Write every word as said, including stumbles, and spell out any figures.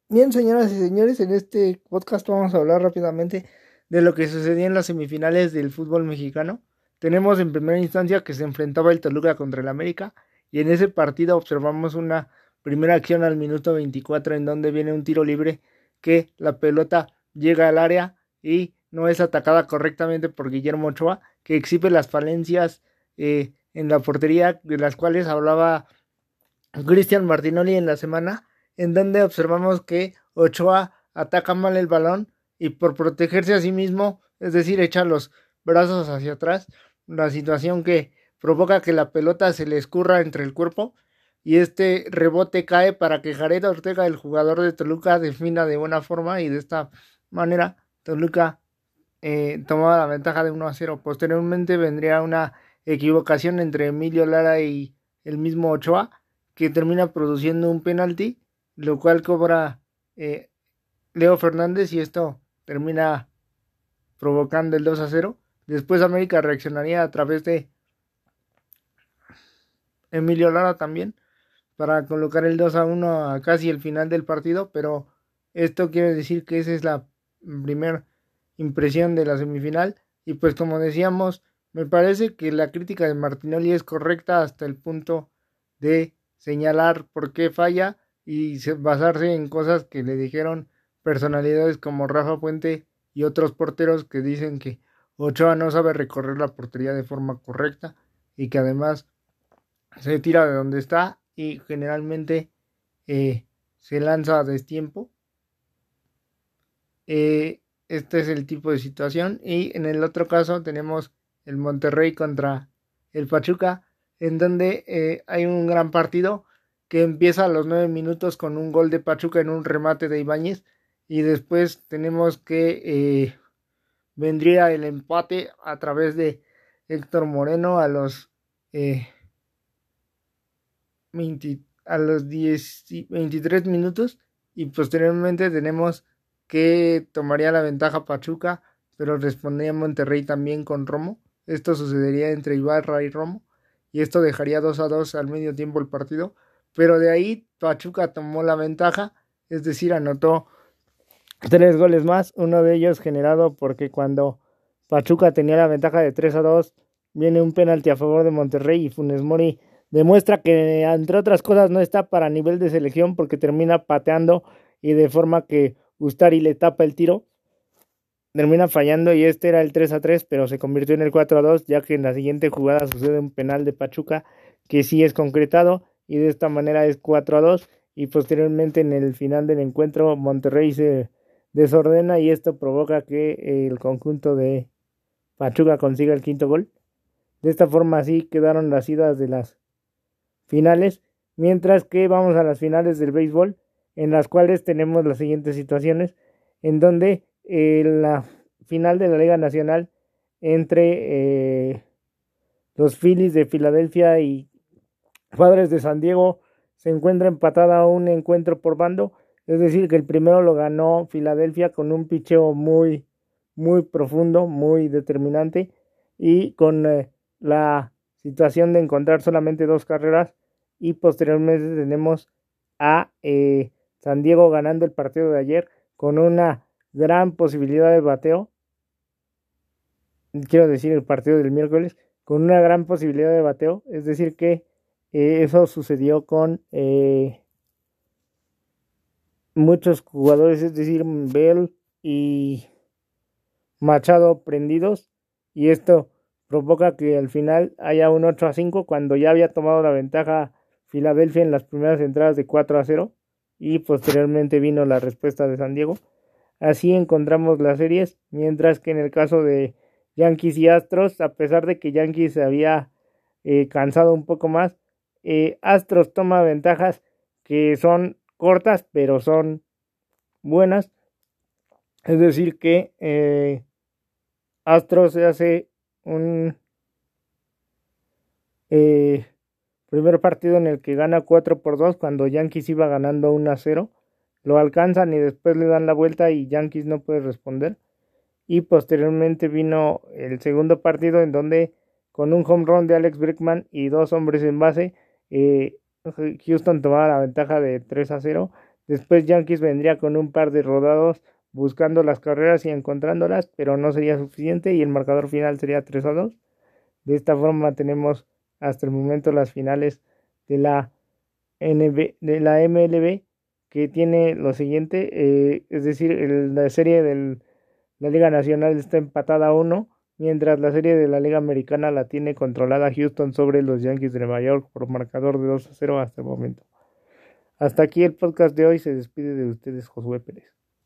Bien, señoras y señores, en este podcast vamos a hablar rápidamente de lo que sucedió en las semifinales del fútbol mexicano. Tenemos en primera instancia que se enfrentaba el Toluca contra el América y en ese partido observamos una primera acción al minuto veinticuatro en donde viene un tiro libre que la pelota llega al área y no es atacada correctamente por Guillermo Ochoa, que exhibe las falencias eh, en la portería de las cuales hablaba Cristian Martinoli en la semana, en donde observamos que Ochoa ataca mal el balón y por protegerse a sí mismo, es decir, echa los brazos hacia atrás, una situación que provoca que la pelota se le escurra entre el cuerpo y este rebote cae para que Jared Ortega, el jugador de Toluca, defina de buena forma y de esta manera Toluca eh, tomaba la ventaja de uno a cero. Posteriormente vendría una equivocación entre Emilio Lara y el mismo Ochoa, que termina produciendo un penalti, lo cual cobra eh, Leo Fernández y esto termina provocando el dos a cero. Después América reaccionaría a través de Emilio Lara también para colocar el dos a uno a casi el final del partido, pero esto quiere decir que esa es la primera impresión de la semifinal y pues como decíamos, me parece que la crítica de Martinoli es correcta hasta el punto de señalar por qué falla y basarse en cosas que le dijeron personalidades como Rafa Puente y otros porteros que dicen que Ochoa no sabe recorrer la portería de forma correcta y que además se tira de donde está y generalmente eh, se lanza a destiempo. Eh, este es el tipo de situación y en el otro caso tenemos el Monterrey contra el Pachuca, en donde eh, hay un gran partido que empieza a los nueve minutos con un gol de Pachuca en un remate de Ibáñez y después tenemos que eh, vendría el empate a través de Héctor Moreno a los eh, veinte, a los diez, veintitrés minutos y posteriormente tenemos que tomaría la ventaja Pachuca, pero respondía Monterrey también con Romo. Esto sucedería entre Ibarra y Romo y esto dejaría dos a dos al medio tiempo el partido, pero de ahí Pachuca tomó la ventaja, es decir, anotó tres goles más, uno de ellos generado porque cuando Pachuca tenía la ventaja de tres a dos, viene un penalti a favor de Monterrey y Funes Mori demuestra que entre otras cosas no está para nivel de selección porque termina pateando y de forma que Ustari le tapa el tiro, termina fallando y este era el tres a tres, pero se convirtió en el cuatro a dos, ya que en la siguiente jugada sucede un penal de Pachuca que sí es concretado y de esta manera es cuatro a dos y posteriormente en el final del encuentro Monterrey se desordena y esto provoca que el conjunto de Pachuca consiga el quinto gol. De esta forma así quedaron las idas de las finales, mientras que vamos a las finales del béisbol, en las cuales tenemos las siguientes situaciones, en donde eh, la final de la Liga Nacional entre eh, los Phillies de Filadelfia y Padres de San Diego se encuentra empatada a un encuentro por bando, es decir que el primero lo ganó Filadelfia con un picheo muy muy profundo, muy determinante y con eh, la situación de encontrar solamente dos carreras y posteriormente tenemos a eh, San Diego ganando el partido de ayer con una gran posibilidad de bateo, quiero decir el partido del miércoles, con una gran posibilidad de bateo, es decir que eh, eso sucedió con eh, muchos jugadores, es decir, Bell y Machado prendidos y esto provoca que al final haya un ocho a cinco cuando ya había tomado la ventaja Filadelfia en las primeras entradas de cuatro a cero y posteriormente vino la respuesta de San Diego. Así encontramos las series, mientras que en el caso de Yankees y Astros, a pesar de que Yankees se había eh, cansado un poco más, eh, Astros toma ventajas que son cortas pero son buenas, es decir que eh, Astros se hace un eh, primer partido en el que gana cuatro por dos cuando Yankees iba ganando uno a cero. Lo alcanzan y después le dan la vuelta y Yankees no puede responder. Y posteriormente vino el segundo partido en donde con un home run de Alex Bregman y dos hombres en base, eh, Houston tomaba la ventaja de tres a cero. Después Yankees vendría con un par de rodados buscando las carreras y encontrándolas, pero no sería suficiente y el marcador final sería tres a dos. De esta forma tenemos hasta el momento las finales de la, N B, de la M L B, que tiene lo siguiente, eh, es decir, el, la serie de la Liga Nacional está empatada a uno, mientras la serie de la Liga Americana la tiene controlada Houston sobre los Yankees de Nueva York por marcador de dos a cero hasta el momento. Hasta aquí el podcast de hoy, se despide de ustedes Josué Pérez.